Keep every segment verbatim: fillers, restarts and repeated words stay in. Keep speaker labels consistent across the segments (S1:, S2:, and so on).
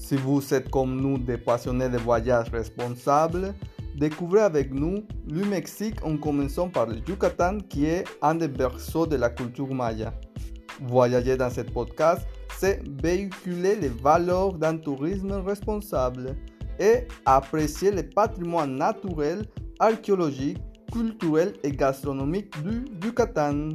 S1: Si vous êtes comme nous des passionnés de voyages responsables, découvrez avec nous le Mexique en commençant par le Yucatan qui est un des berceaux de la culture maya. Voyager dans ce podcast, c'est véhiculer les valeurs d'un tourisme responsable et apprécier le patrimoine naturel, archéologique, culturel et gastronomique du Yucatan.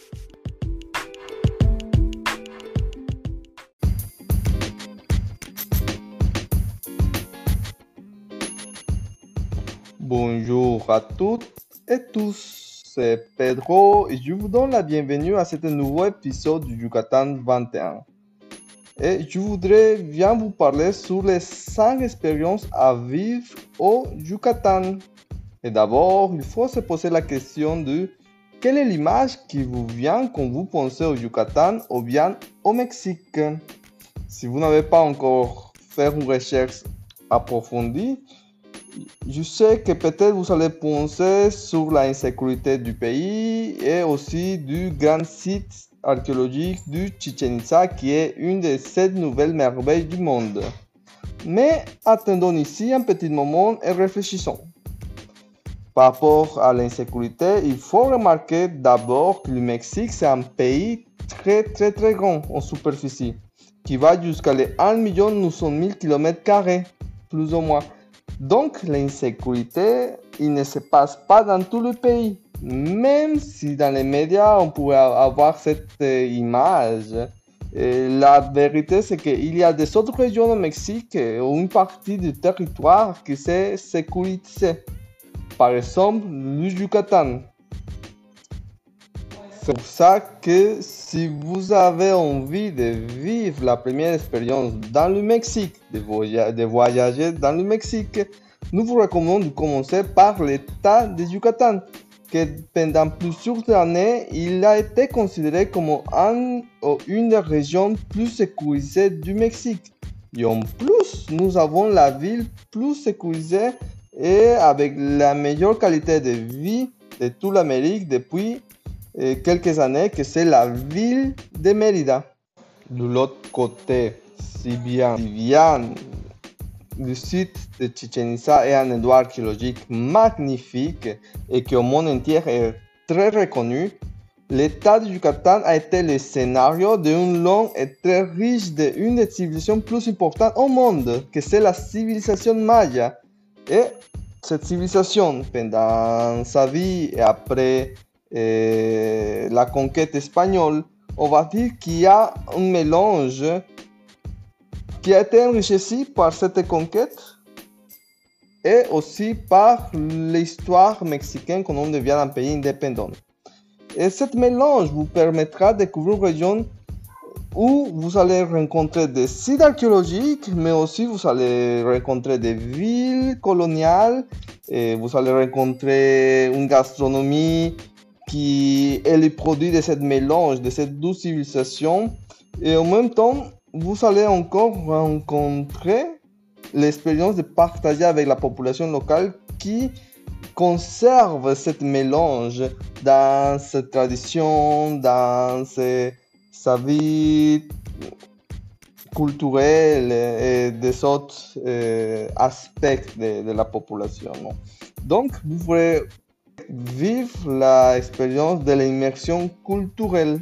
S1: Bonjour à toutes et tous, c'est Pedro et je vous donne la bienvenue à ce nouveau épisode du Yucatan vingt et un. Et je voudrais bien vous parler sur les cinq expériences à vivre au Yucatan. Et d'abord, il faut se poser la question de quelle est l'image qui vous vient quand vous pensez au Yucatan ou bien au Mexique. Si vous n'avez pas encore fait une recherche approfondie, je sais que peut-être vous allez penser sur l'insécurité du pays et aussi du grand site archéologique du Chichén Itzá qui est une des sept nouvelles merveilles du monde. Mais attendons ici un petit moment et réfléchissons. Par rapport à l'insécurité, il faut remarquer d'abord que le Mexique c'est un pays très très très grand en superficie qui va jusqu'à les un million neuf cent mille kilomètres carrés plus ou moins. Donc l'insécurité, il ne se passe pas dans tout le pays, même si dans les médias on pourrait avoir cette euh, image. Et la vérité c'est qu'il y a des autres régions au Mexique où une partie du territoire qui s'est sécurisée. Par exemple, le Yucatan. C'est pour ça que si vous avez envie de vivre la première expérience dans le Mexique, de, voya- de voyager dans le Mexique, nous vous recommandons de commencer par l'État du Yucatan, que pendant plusieurs années, il a été considéré comme un ou une des régions plus sécurisées du Mexique. Et en plus, nous avons la ville plus sécurisée et avec la meilleure qualité de vie de toute l'Amérique depuis et quelques années que c'est la ville de Mérida. De l'autre côté, si bien, si bien le site de Chichén Itzá est un endroit archéologique magnifique et qui au monde entier est très reconnu, l'État du Yucatan a été le scénario d'une longue et très riche d'une des civilisations plus importantes au monde, que c'est la civilisation maya. Et cette civilisation, pendant sa vie et après et la conquête espagnole, on va dire qu'il y a un mélange qui a été enrichi par cette conquête et aussi par l'histoire mexicaine quand on devient un pays indépendant. Et ce mélange vous permettra de découvrir une région où vous allez rencontrer des sites archéologiques, mais aussi vous allez rencontrer des villes coloniales, et vous allez rencontrer une gastronomie qui est le produit de ce mélange, de ces deux civilisations. Et en même temps, vous allez encore rencontrer l'expérience de partager avec la population locale qui conserve ce mélange dans ses traditions, dans ses, sa vie culturelle et des autres euh, aspects de, de la population. Donc, vous pourrez vivre l'expérience de l'immersion culturelle.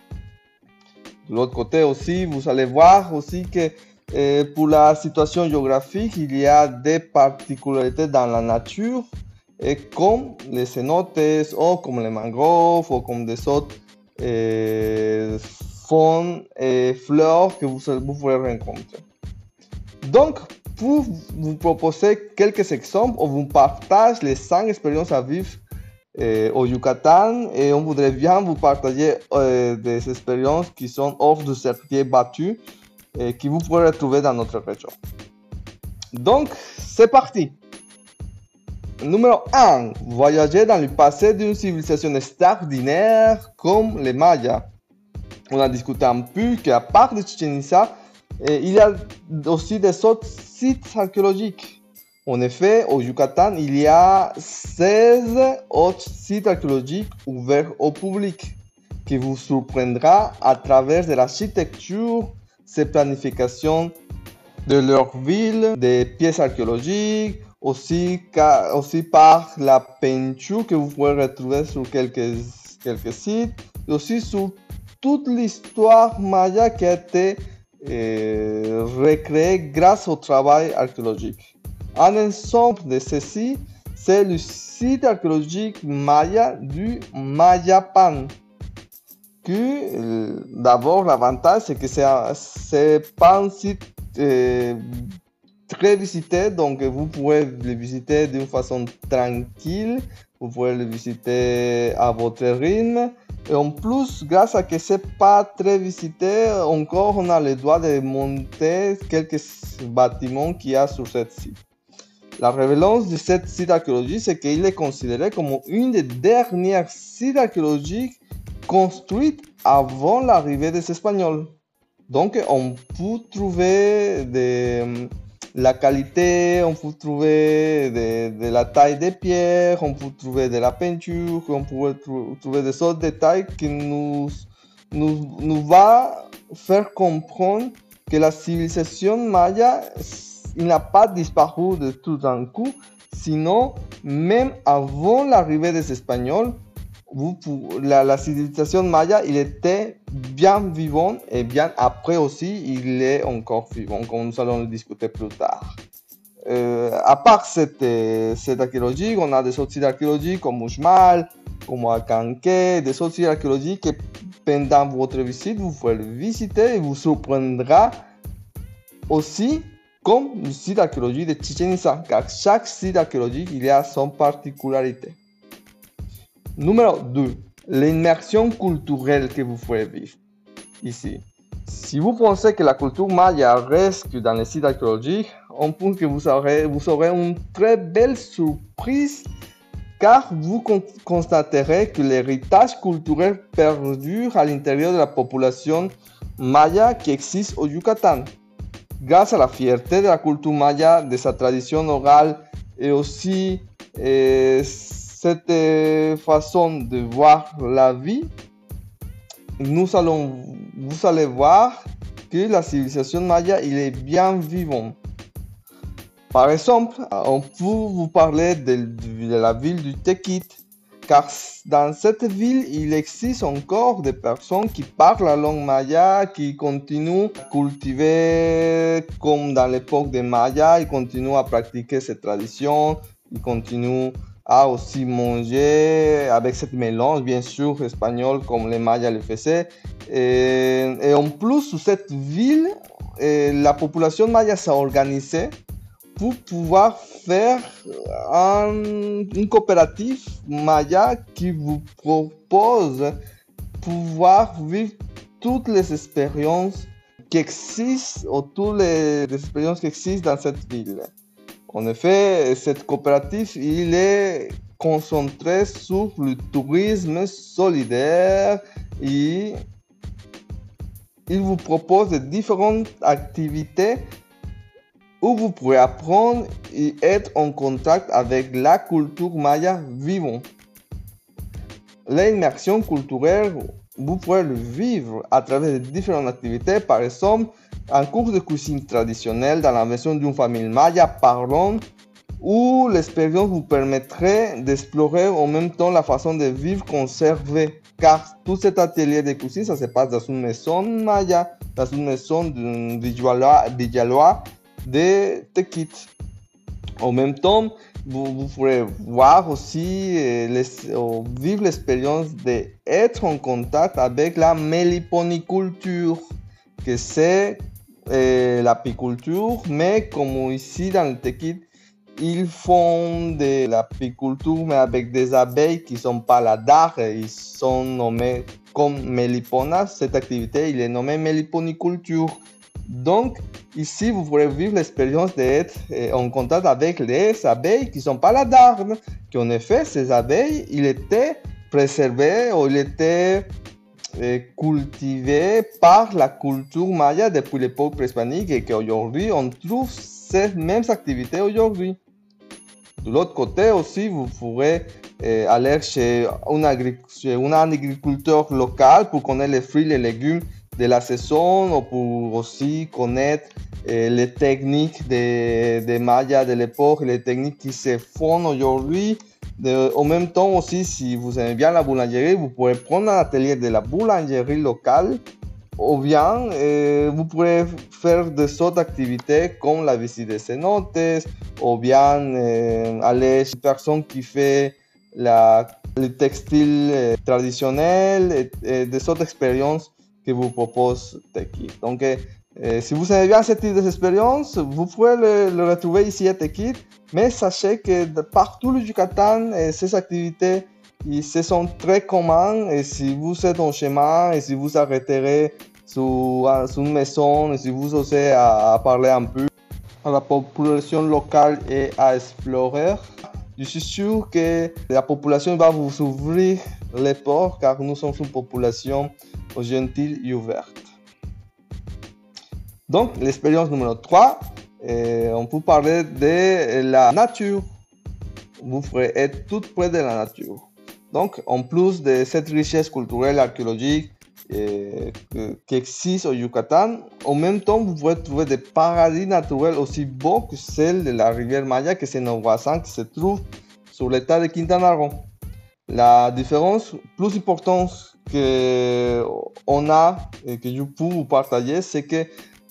S1: De l'autre côté aussi, vous allez voir aussi que euh, pour la situation géographique, il y a des particularités dans la nature, et comme les cénotes, ou comme les mangroves, ou comme des autres euh, faunes et fleurs que vous, vous pourrez rencontrer. Donc, pour vous proposer quelques exemples, on vous partage les cinq expériences à vivre euh, au Yucatan et on voudrait bien vous partager euh, des expériences qui sont hors du sentier battu et que vous pourrez retrouver dans notre région. Donc, c'est parti! Numéro un. Voyager dans le passé d'une civilisation extraordinaire comme les Mayas. On a discuté un peu qu'à part de Chichén Itzá, il y a aussi des autres sites archéologiques. En effet, au Yucatan, il y a seize autres sites archéologiques ouverts au public qui vous surprendra à travers de l'architecture, ses planifications de leur ville, des pièces archéologiques, aussi, aussi par la peinture que vous pouvez retrouver sur quelques, quelques sites, et aussi sur toute l'histoire maya qui a été euh, recréée grâce au travail archéologique. Un exemple de ceci, c'est le site archéologique maya du Mayapan. Que d'abord, l'avantage, c'est que c'est pas un site euh, très visité, donc vous pouvez le visiter d'une façon tranquille, vous pouvez le visiter à votre rythme. Et en plus, grâce à que c'est pas très visité, encore on a le droit de monter quelques bâtiments qu'il y a sur ce site. La révélance de ce site archéologique, c'est qu'il est considéré comme une des dernières sites archéologiques construites avant l'arrivée des Espagnols. Donc, on peut trouver de la qualité, on peut trouver de, de la taille des pierres, on peut trouver de la peinture, on peut trouver des autres détails qui nous, nous, nous va faire comprendre que la civilisation maya il n'a pas disparu de tout d'un coup, sinon, même avant l'arrivée des Espagnols, vous, la, la civilisation maya, il était bien vivant et bien après aussi, il est encore vivant, comme nous allons le discuter plus tard. Euh, à part cette, cette archéologie, on a des autres sites archéologiques comme Uxmal, comme Akanké, des autres sites archéologiques que pendant votre visite, vous pouvez le visiter et vous surprendra aussi comme le site archéologique de Chichen Itza, car chaque site archéologique il a son particularité. Numéro deux. L'immersion culturelle que vous pouvez vivre ici. Si vous pensez que la culture maya reste que dans les sites archéologiques, on pense que vous aurez, vous aurez une très belle surprise car vous constaterez que l'héritage culturel perdure à l'intérieur de la population maya qui existe au Yucatan. Grâce à la fierté de la culture maya, de sa tradition orale et aussi euh, cette euh, façon de voir la vie, nous allons, vous allez voir que la civilisation maya il est bien vivante. Par exemple, on peut vous parler de, de la ville du Tequit, car dans cette ville, il existe encore des personnes qui parlent la langue maya, qui continuent à cultiver comme dans l'époque des Mayas, ils continuent à pratiquer cette tradition, ils continuent à aussi manger avec cette mélange, bien sûr, espagnol comme les Mayas le faisaient. Et, et en plus, sur cette ville, la population maya s'est organisée pour pouvoir faire un, une coopérative maya qui vous propose pouvoir vivre toutes les expériences qui existent ou toutes les, les expériences qui existent dans cette ville. En effet, cette coopérative il est concentrée sur le tourisme solidaire et il vous propose différentes activités où vous pourrez apprendre et être en contact avec la culture maya vivante. L'immersion culturelle, vous pourrez le vivre à travers de différentes activités, par exemple un cours de cuisine traditionnelle dans la maison d'une famille maya parlante, où l'expérience vous permettrait d'explorer en même temps la façon de vivre conservée, car tout cet atelier de cuisine, ça se passe dans une maison maya, dans une maison d'un villageois de Tequit. En même temps, vous, vous pourrez voir aussi, euh, les, euh, vivre l'expérience d'être en contact avec la méliponiculture, que c'est euh, l'apiculture, mais comme ici dans le Tequit, ils font de l'apiculture, mais avec des abeilles qui sont pas la dard, ils sont nommés comme méliponas. Cette activité, il est nommé méliponiculture. Donc, ici, vous pourrez vivre l'expérience d'être en contact avec les abeilles qui ne sont pas la darde. Qu'en effet, ces abeilles, ils étaient préservées ou ils étaient euh, cultivées par la culture maya depuis l'époque préhispanique et qu'aujourd'hui, on trouve ces mêmes activités aujourd'hui. De l'autre côté aussi, vous pourrez euh, aller chez un, agric- chez un agriculteur local pour connaître les fruits et les légumes de la saison ou pour aussi connaître et les techniques des, des Mayas de l'époque, les techniques qui se font aujourd'hui. De, en même temps aussi, si vous aimez bien la boulangerie, vous pouvez prendre un atelier de la boulangerie locale, ou bien euh, vous pourrez faire des autres activités comme la visite des cénotes, ou bien euh, aller chez une personne qui fait la, le textile euh, traditionnel et, et des autres expériences que vous propose Tekit. Donc, euh, euh, si vous aimez bien ce type d'expérience, vous pouvez le, le retrouver ici à Tekit. Mais sachez que de partout le Yucatan, et ces activités ils, ce sont très communes. Et si vous êtes en chemin, et si vous arrêterez sur, sur une maison, et si vous osez à, à parler un peu à la population locale et à explorer, je suis sûr que la population va vous ouvrir les portes car nous sommes une population gentille et ouverte. Donc, l'expérience numéro trois. Et on peut parler de la nature. Vous pourrez être tout près de la nature. Donc, en plus de cette richesse culturelle et archéologique eh, qui existe au Yucatan, en même temps, vous pourrez trouver des paradis naturels aussi beaux que celle de la rivière Maya, que c'est nos voisins qui se trouve sur l'état de Quintana Roo. La différence plus importante qu'on a et que je peux vous partager, c'est que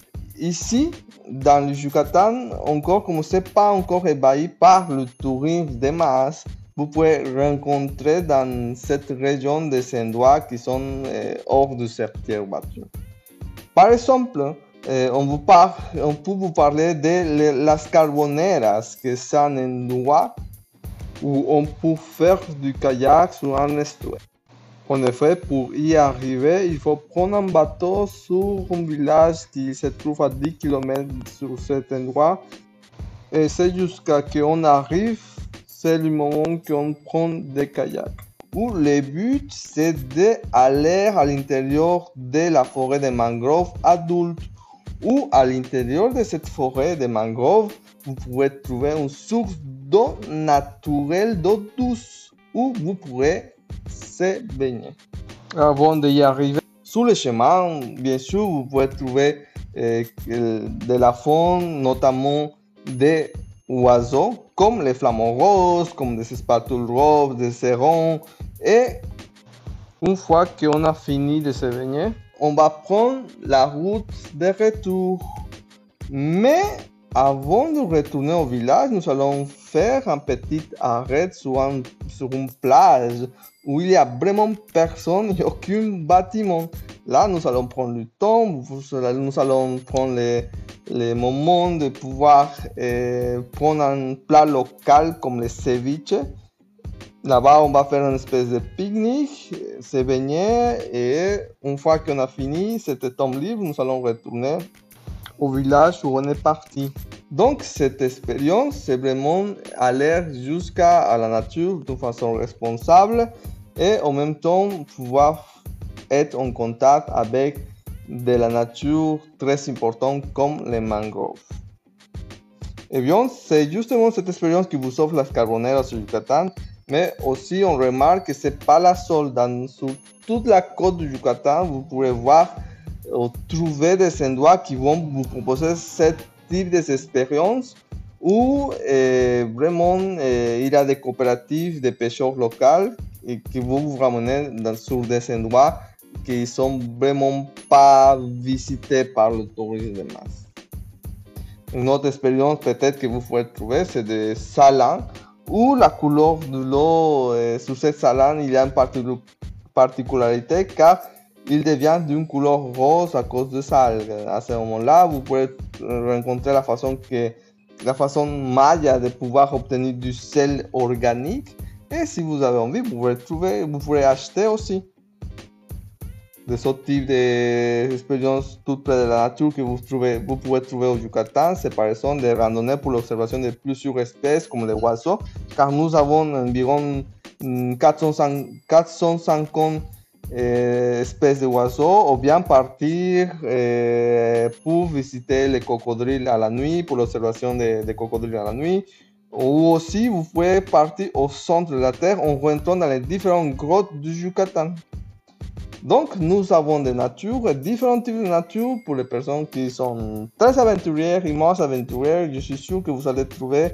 S1: ici, dans le Yucatan, encore comme ce n'est pas encore ébahi par le tourisme de masse, vous pouvez rencontrer dans cette région des endroits qui sont euh, hors de certaines voitures. Par exemple, euh, on, vous parle, on peut vous parler de las Carboneras, que c'est un endroit où on peut faire du kayak sur un estuaire. En effet, pour y arriver, il faut prendre un bateau sur un village qui se trouve à dix kilomètres sur cet endroit. Et c'est jusqu'à ce qu'on arrive, c'est le moment qu'on prend des kayaks. Où le but, c'est d'aller à l'intérieur de la forêt de mangroves adulte. Ou à l'intérieur de cette forêt de mangroves, vous pouvez trouver une source d'eau naturelle, d'eau douce, où vous pourrez se baigner. Avant d'y arriver, sur le chemin, bien sûr, vous pouvez trouver euh, de la faune, notamment des oiseaux, comme les flamants roses, comme des spatules roses, des hérons. Et une fois qu'on a fini de se baigner, on va prendre la route de retour. Mais avant de retourner au village, nous allons faire un petit arrêt sur, un, sur une plage où il n'y a vraiment personne et aucun bâtiment. Là, nous allons prendre le temps, nous allons prendre les, les moments de pouvoir euh, prendre un plat local comme le ceviche. Là-bas, on va faire une espèce de pique-nique, se baigner et une fois qu'on a fini cet temps libre, nous allons retourner au village où on est parti. Donc, cette expérience, c'est vraiment aller jusqu'à la nature de façon responsable et en même temps pouvoir être en contact avec de la nature très importante comme les mangroves. Et bien, c'est justement cette expérience qui vous offre las Carboneras sur Yucatan, mais aussi on remarque que ce n'est pas la seule. Dans, sur toute la côte du Yucatan, vous pourrez voir ou trouver des endroits qui vont vous proposer ce type d'expérience où euh, vraiment euh, il y a des coopératives de pêcheurs locaux et qui vont vous ramener dans, sur des endroits qui ne sont vraiment pas visités par le tourisme de masse. Une autre expérience peut-être que vous pouvez trouver, c'est des salins où la couleur de l'eau euh, sur cette salin, il y a une partic- particularité car il devient d'une couleur rose à cause de ça. À ce moment-là, vous pouvez rencontrer la façon, que, la façon maya de pouvoir obtenir du sel organique. Et si vous avez envie, vous pouvez, trouver, vous pouvez acheter aussi de ce type d'expérience tout près de la nature que vous, trouvez, vous pouvez trouver au Yucatan. C'est par exemple des randonnées pour l'observation de plusieurs espèces comme les oiseaux, car nous avons environ quatre cent cinquante Euh, espèces d'oiseaux, ou bien partir euh, pour visiter les crocodiles à la nuit, pour l'observation des, des crocodiles à la nuit, ou aussi vous pouvez partir au centre de la Terre en rentrant dans les différentes grottes du Yucatan. Donc, nous avons des natures, différents types de natures pour les personnes qui sont très aventurières et moins aventurières. Je suis sûr que vous allez trouver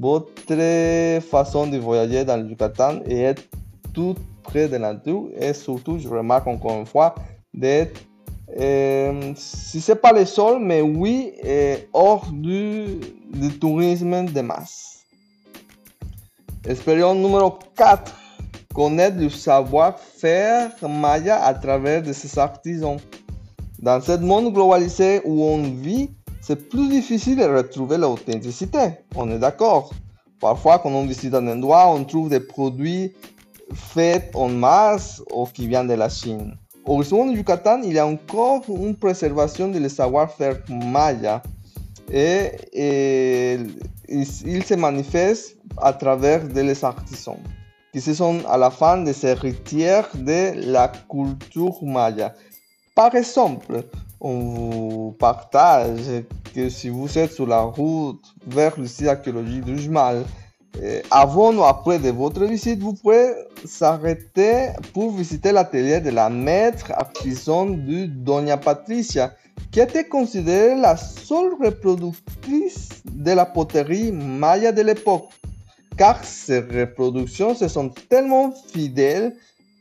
S1: votre façon de voyager dans le Yucatan et être tout près de la nature. Et surtout, je remarque encore une fois d'être, euh, si ce n'est pas le sol, mais oui, euh, hors du, du tourisme de masse. Expérience numéro quatre. Connaître le savoir-faire maya à travers de ses artisans. Dans ce monde globalisé où on vit, c'est plus difficile de retrouver l'authenticité. On est d'accord. Parfois, quand on visite un endroit, on trouve des produits faits en masse ou qui viennent de la Chine. Heureusement, au Yucatan, il y a encore une préservation de le savoir-faire maya. Et, et il, il se manifeste à travers de les artisans, qui se sont à la fin des héritières de la culture maya. Par exemple, on vous partage que si vous êtes sur la route vers le site archéologique du Jmal, eh, avant ou après de votre visite, vous pouvez s'arrêter pour visiter l'atelier de la maître artisan de Doña Patricia, qui était considérée la seule reproductrice de la poterie maya de l'époque. Car ces reproductions se sont tellement fidèles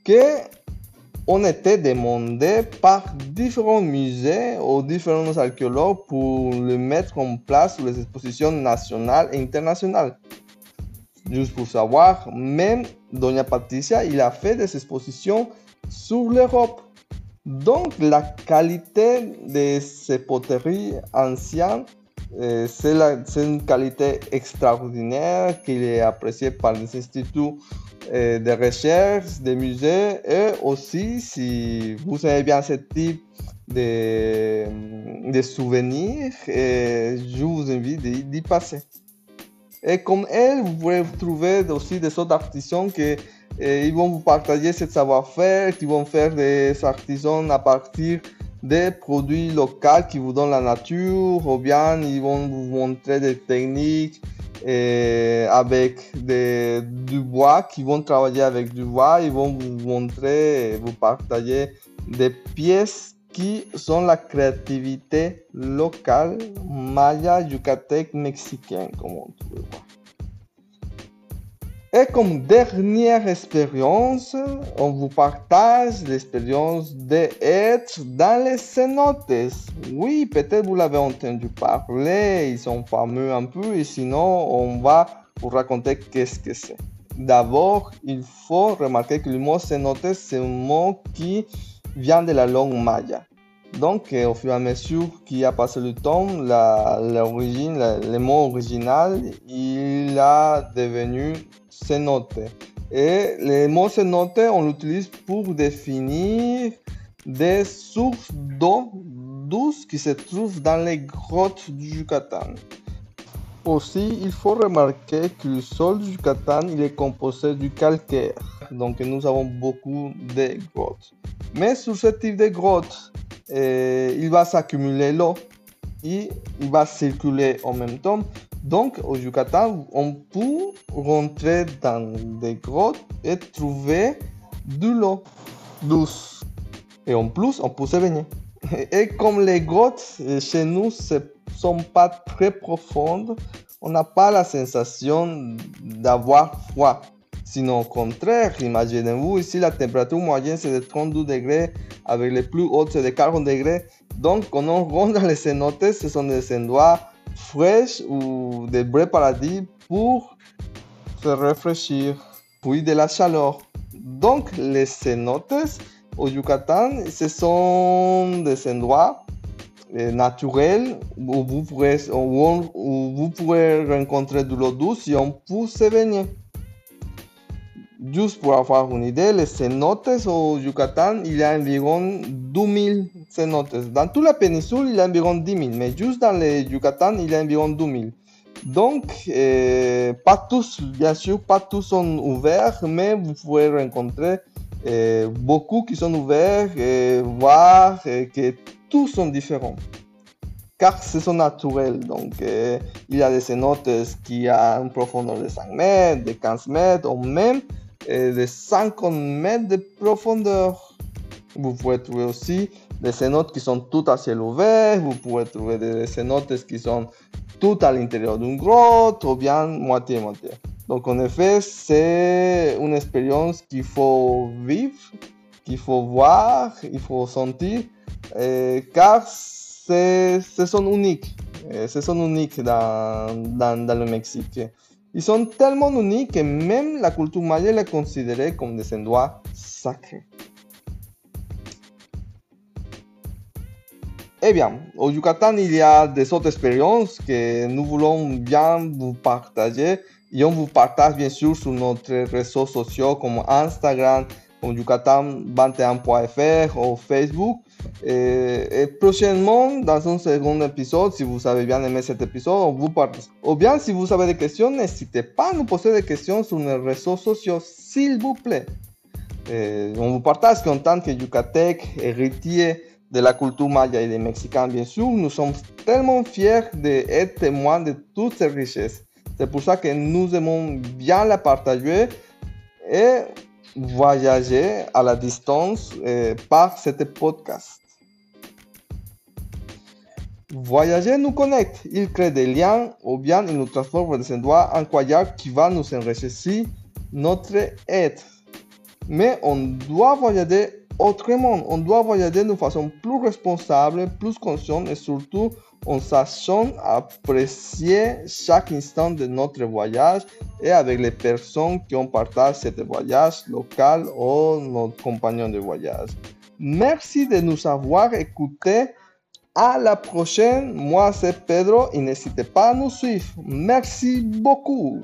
S1: qu'on était demandé par différents musées ou différents archéologues pour le mettre en place sur les expositions nationales et internationales. Juste pour savoir, même Doña Patricia, il a fait des expositions sur l'Europe. Donc la qualité de ces poteries anciennes, Euh, c'est, la, c'est une qualité extraordinaire qui est appréciée par les instituts euh, de recherche, des musées, et aussi si vous aimez bien ce type de, de souvenirs, euh, je vous invite d'y, d'y passer. Et comme elle, vous pouvez trouver aussi des autres artisans qui euh, ils vont vous partager ce savoir-faire, qui vont faire des artisans à partir des produits locaux qui vous donnent la nature, ou bien ils vont vous montrer des techniques euh, avec des, du bois, qui vont travailler avec du bois, ils vont vous montrer, vous partager des pièces qui sont la créativité locale maya, yucatèque, mexicaine, comme on peut voir. Et comme dernière expérience, on vous partage l'expérience d'être dans les cenotes. Oui, peut-être vous l'avez entendu parler, ils sont fameux un peu, et sinon on va vous raconter qu'est-ce que c'est. D'abord, il faut remarquer que le mot cenote, c'est un mot qui vient de la langue maya. Donc, au fur et à mesure qu'il a passé le temps, la, l'origine, la, le mot original, il a devenu cenote. Et le mot cenote, on l'utilise pour définir des sources d'eau douce qui se trouvent dans les grottes du Yucatan. Aussi, il faut remarquer que le sol du Yucatan, il est composé du calcaire. Donc, nous avons beaucoup de grottes. Mais sur ce type de grottes, euh, il va s'accumuler l'eau et il va circuler en même temps. Donc, au Yucatan, on peut rentrer dans des grottes et trouver de l'eau douce. Et en plus, on peut se baigner. Et comme les grottes chez nous ne sont pas très profondes, on n'a pas la sensation d'avoir froid. Sinon, au contraire, imaginez-vous ici la température moyenne c'est de trente-deux degrés, avec les plus hautes c'est de quarante degrés. Donc, quand on rentre dans les cenotes, ce sont des endroits fraîches ou des vrais paradis pour se rafraîchir, puis de la chaleur. Donc, les cenotes au Yucatan, ce sont des endroits euh, naturels où vous, pourrez, où, on, où vous pourrez rencontrer de l'eau douce et on peut se baigner. Juste pour avoir une idée, les cenotes au Yucatan, il y a environ deux mille cenotes. Dans toute la péninsule, il y a environ dix mille, mais juste dans le Yucatan, il y a environ deux mille. Donc, euh, pas tous, bien sûr, pas tous sont ouverts, mais vous pouvez rencontrer euh, beaucoup qui sont ouverts et voir euh, que tous sont différents. Car ce sont naturels, donc euh, il y a des cenotes qui ont une profondeur de cinq mètres, de quinze mètres, ou même euh, de cinquante mètres de profondeur. Vous pouvez trouver aussi des cénotes qui sont toutes à ciel ouvert, vous pouvez trouver des cénotes qui sont toutes à l'intérieur d'une grotte, ou bien moitié-moitié. Donc en effet, c'est une expérience qu'il faut vivre, qu'il faut voir, il faut sentir, euh, car c'est, ce sont uniques, euh, ce sont uniques dans, dans, dans le Mexique. Ils sont tellement uniques que même la culture maya les considère comme des endroits sacrés. Eh bien, au Yucatan, il y a des autres expériences que nous voulons bien vous partager et on vous partage bien sûr sur notre réseaux sociaux comme Instagram, comme yucatan vingt et un point f r ou Facebook. Et, et prochainement, dans un second épisode, si vous avez bien aimé cet épisode, on vous partage. Ou bien, si vous avez des questions, n'hésitez pas à nous poser des questions sur nos réseaux sociaux, s'il vous plaît. Et on vous partage qu'en tant que Yucatec, héritier de la culture maya et des Mexicains, bien sûr, nous sommes tellement fiers d'être témoins de toutes ces richesses. C'est pour ça que nous aimons bien la partager et voyager à la distance euh, par ce podcast. Voyager nous connecte, il crée des liens ou bien il nous transforme dans des endroits incroyables qui vont nous enrichir notre être. Mais on doit voyager autrement, on doit voyager de façon plus responsable, plus consciente et surtout en sachant apprécier chaque instant de notre voyage et avec les personnes qui ont partagé ce voyage local ou nos compagnons de voyage. Merci de nous avoir écoutés. À la prochaine. Moi, c'est Pedro et n'hésitez pas à nous suivre. Merci beaucoup.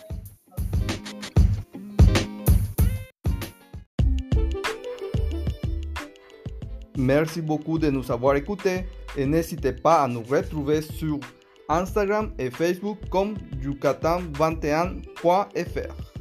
S1: Merci beaucoup de nous avoir écoutés et n'hésitez pas à nous retrouver sur Instagram et Facebook comme yucatan vingt et un point f r.